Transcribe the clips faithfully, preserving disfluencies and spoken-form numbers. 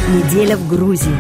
Неделя в Грузии.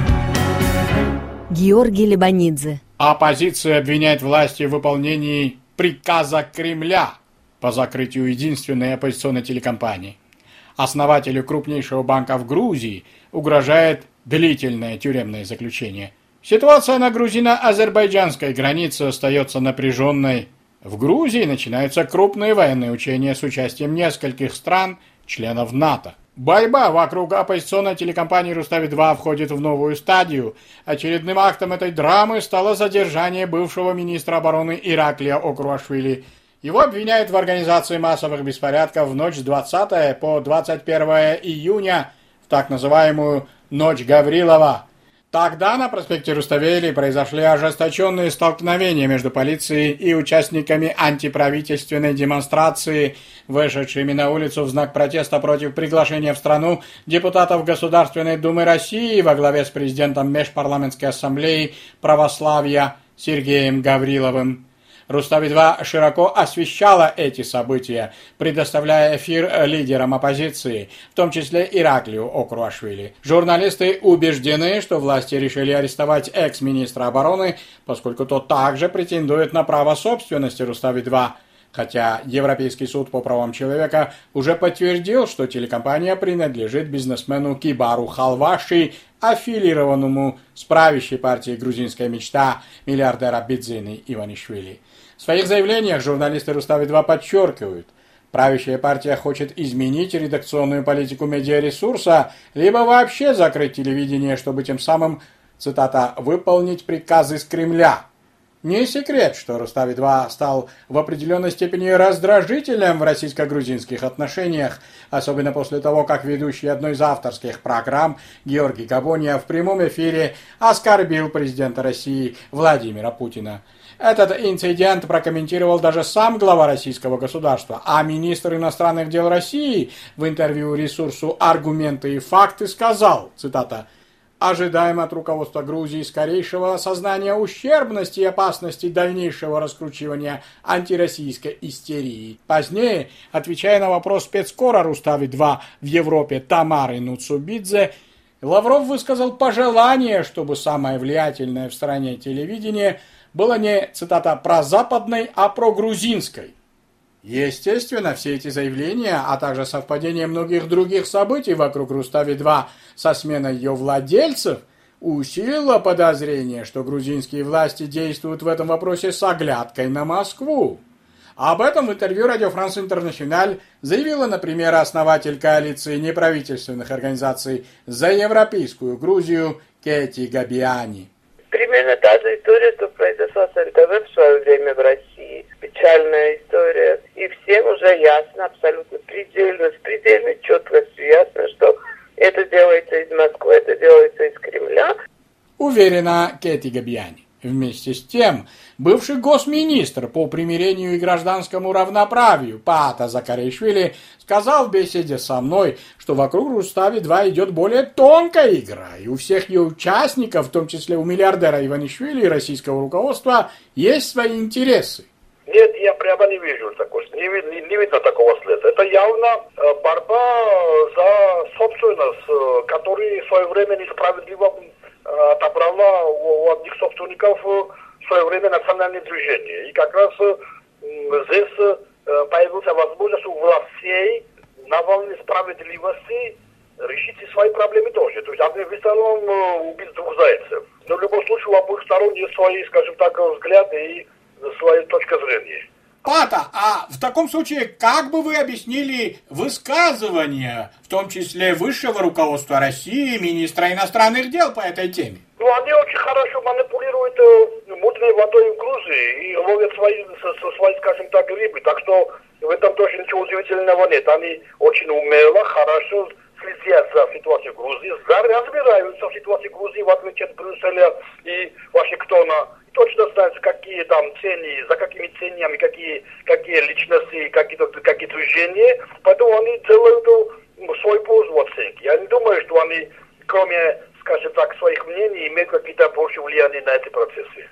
Георгий Лебанидзе. Оппозиция обвиняет власти в выполнении приказа Кремля по закрытию единственной оппозиционной телекомпании. Основателю крупнейшего банка в Грузии угрожает длительное тюремное заключение. Ситуация на грузино-азербайджанской границе остается напряженной. В Грузии начинаются крупные военные учения с участием нескольких стран, членов НАТО. Борьба вокруг оппозиционной телекомпании «Рустави-два» входит в новую стадию. Очередным актом этой драмы стало задержание бывшего министра обороны Ираклия Окруашвили. Его обвиняют в организации массовых беспорядков в ночь с двадцатого по двадцать первое июня, в так называемую «Ночь Гаврилова». Тогда на проспекте Руставели произошли ожесточенные столкновения между полицией и участниками антиправительственной демонстрации, вышедшими на улицу в знак протеста против приглашения в страну депутатов Государственной Думы России во главе с президентом Межпарламентской ассамблеи православия Сергеем Гавриловым. Рустави-два широко освещала эти события, предоставляя эфир лидерам оппозиции, в том числе Ираклию Окруашвили. Журналисты убеждены, что власти решили арестовать экс-министра обороны, поскольку тот также претендует на право собственности Рустави-два. Хотя Европейский суд по правам человека уже подтвердил, что телекомпания принадлежит бизнесмену Кибару Халваши, аффилированному с правящей партией «Грузинская мечта» миллиардера Бидзины Иванишвили. В своих заявлениях журналисты Рустави-два подчеркивают, правящая партия хочет изменить редакционную политику медиаресурса, либо вообще закрыть телевидение, чтобы тем самым, цитата, «выполнить приказы из Кремля». Не секрет, что Рустави-два стал в определенной степени раздражителем в российско-грузинских отношениях, особенно после того, как ведущий одной из авторских программ Георгий Габония в прямом эфире оскорбил президента России Владимира Путина. Этот инцидент прокомментировал даже сам глава российского государства, а министр иностранных дел России в интервью ресурсу «Аргументы и факты» сказал, цитата, «Ожидаем от руководства Грузии скорейшего осознания ущербности и опасности дальнейшего раскручивания антироссийской истерии». Позднее, отвечая на вопрос спецкора Рустави-два в Европе Тамары Нуцубидзе, Лавров высказал пожелание, чтобы самое влиятельное в стране телевидение было не, цитата, «прозападной», а прогрузинской. Естественно, все эти заявления, а также совпадение многих других событий вокруг Рустави-два со сменой ее владельцев усилило подозрение, что грузинские власти действуют в этом вопросе с оглядкой на Москву. Об этом в интервью Радио Франс Интернациональ заявила, например, основатель коалиции неправительственных организаций «За европейскую Грузию» Кети Габиани. Примерно та же история, что произошла с эн тэ вэ в свое время в России. Печальная история. И всем уже ясно, абсолютно предельно, с предельной четкостью ясно, что это делается из Москвы, это делается из Кремля. Уверена Кети Габиани. Вместе с тем, бывший госминистр по примирению и гражданскому равноправию Паата Закаришвили сказал в беседе со мной, что вокруг Рустави-два идет более тонкая игра, и у всех ее участников, в том числе у миллиардера Иванишвили и российского руководства, есть свои интересы. Нет, я прямо не вижу такого, не, не, не видно такого следа. Это явно э, борьба за собственность, э, которая в свое время несправедливо э, отобрала у, у одних собственников э, в свое время национальное движение. И как раз э, здесь э, появилась возможность у властей на волне справедливости решить свои проблемы тоже. То есть одним выстрелом э, убить двух зайцев. Но в любом случае у обоих сторон есть свои, скажем так, взгляды и своей точки зрения. Пата, а в таком случае, как бы вы объяснили высказывания, в том числе высшего руководства России, министра иностранных дел по этой теме? Ну, они очень хорошо манипулируют э, мутной водой в Грузии и ловят свои, со, свои, скажем так, рыбы. Так что в этом тоже ничего удивительного нет. Они очень умело, хорошо следят за ситуацией в Грузии, разбираются в ситуации Грузии, в отличие от Брюсселя и Вашингтона. Точно знают, какие там цены, за какими ценами, какие, какие личности, какие, какие движения. Поэтому они делают свой пользу в оценке. Я не думаю, что они, кроме, скажем так, своих мнений, имеют какие-то больше влияния на эти процессы.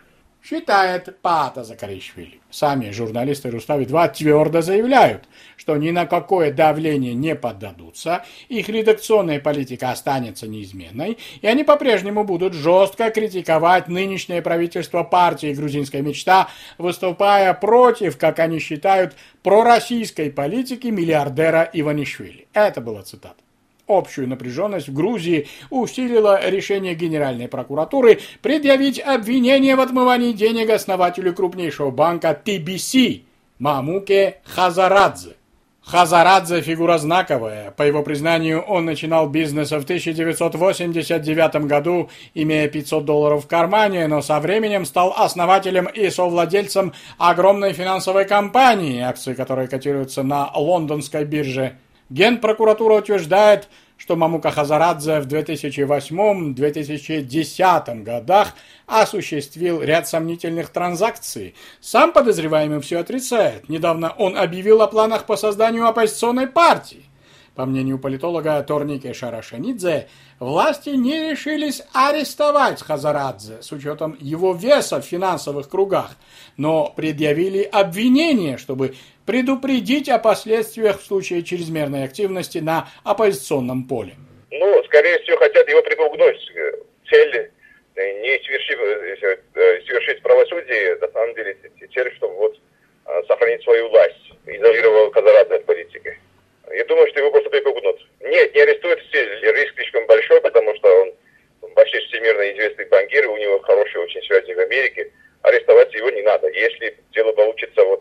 считает Паата Закаришвили. Сами журналисты Рустави-два твердо заявляют, что ни на какое давление не поддадутся, их редакционная политика останется неизменной, и они по-прежнему будут жестко критиковать нынешнее правительство партии «Грузинская мечта», выступая против, как они считают, пророссийской политики миллиардера Иванишвили. Это была цитата. Общую напряженность в Грузии усилило решение Генеральной прокуратуры предъявить обвинение в отмывании денег основателю крупнейшего банка ти би си Мамуке Хазарадзе. Хазарадзе – фигура знаковая. По его признанию, он начинал бизнес в тысяча девятьсот восемьдесят девятом году, имея пятьсот долларов в кармане, но со временем стал основателем и совладельцем огромной финансовой компании, акции которой котируются на лондонской бирже. Генпрокуратура утверждает, что Мамука Хазарадзе в две тысячи восьмом — две тысячи десятом годах осуществил ряд сомнительных транзакций. Сам подозреваемый все отрицает. Недавно он объявил о планах по созданию оппозиционной партии. По мнению политолога Торнике Шарашанидзе, власти не решились арестовать Хазарадзе с учетом его веса в финансовых кругах, но предъявили обвинение, чтобы предупредить о последствиях в случае чрезмерной активности на оппозиционном поле. Ну, скорее всего, хотят его припугнуть. Цель не совершить, совершить правосудие, на самом деле, цель, чтобы вот сохранить свою власть, изолировал Хазарадзе от политики. Я думаю, что его просто припугнут. Нет, не арестуют все, риск слишком большой, потому что он почти всемирно известный банкир, и у него хорошие очень связи в Америке. Арестовать его не надо. Если дело получится, вот,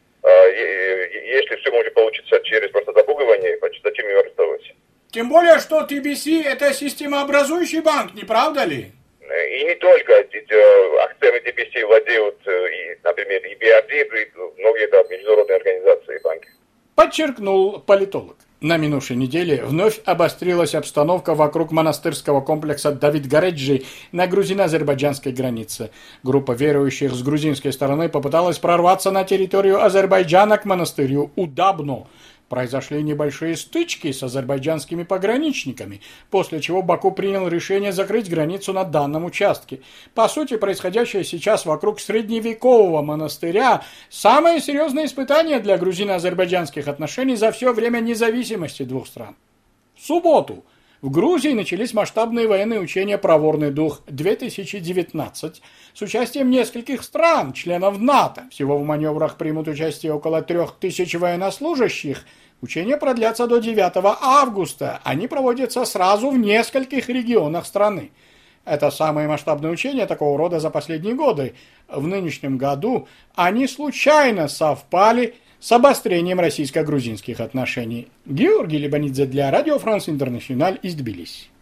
если все может получиться через просто запугивание, зачем его арестовать? Тем более, что ти би си – это системообразующий банк, не правда ли? И не только. Акциями ти би си владеют, и, например, и би ар ди, и многие да, международные организации и банки. Подчеркнул политолог. На минувшей неделе вновь обострилась обстановка вокруг монастырского комплекса Давид-Гареджи на грузино-азербайджанской границе. Группа верующих с грузинской стороны попыталась прорваться на территорию Азербайджана к монастырю Удабно. Произошли небольшие стычки с азербайджанскими пограничниками, после чего Баку принял решение закрыть границу на данном участке. По сути, происходящее сейчас вокруг средневекового монастыря – самое серьезное испытание для грузино-азербайджанских отношений за все время независимости двух стран. В субботу в Грузии начались масштабные военные учения «Проворный дух-две тысячи девятнадцать» с участием нескольких стран, членов НАТО. Всего в маневрах примут участие около трех тысяч военнослужащих. Учения продлятся до девятого августа. Они проводятся сразу в нескольких регионах страны. Это самые масштабные учения такого рода за последние годы. В нынешнем году они случайно совпали с обострением российско-грузинских отношений. Георгий Лебанидзе для Радио Франс Интернациональ из Тбилиси.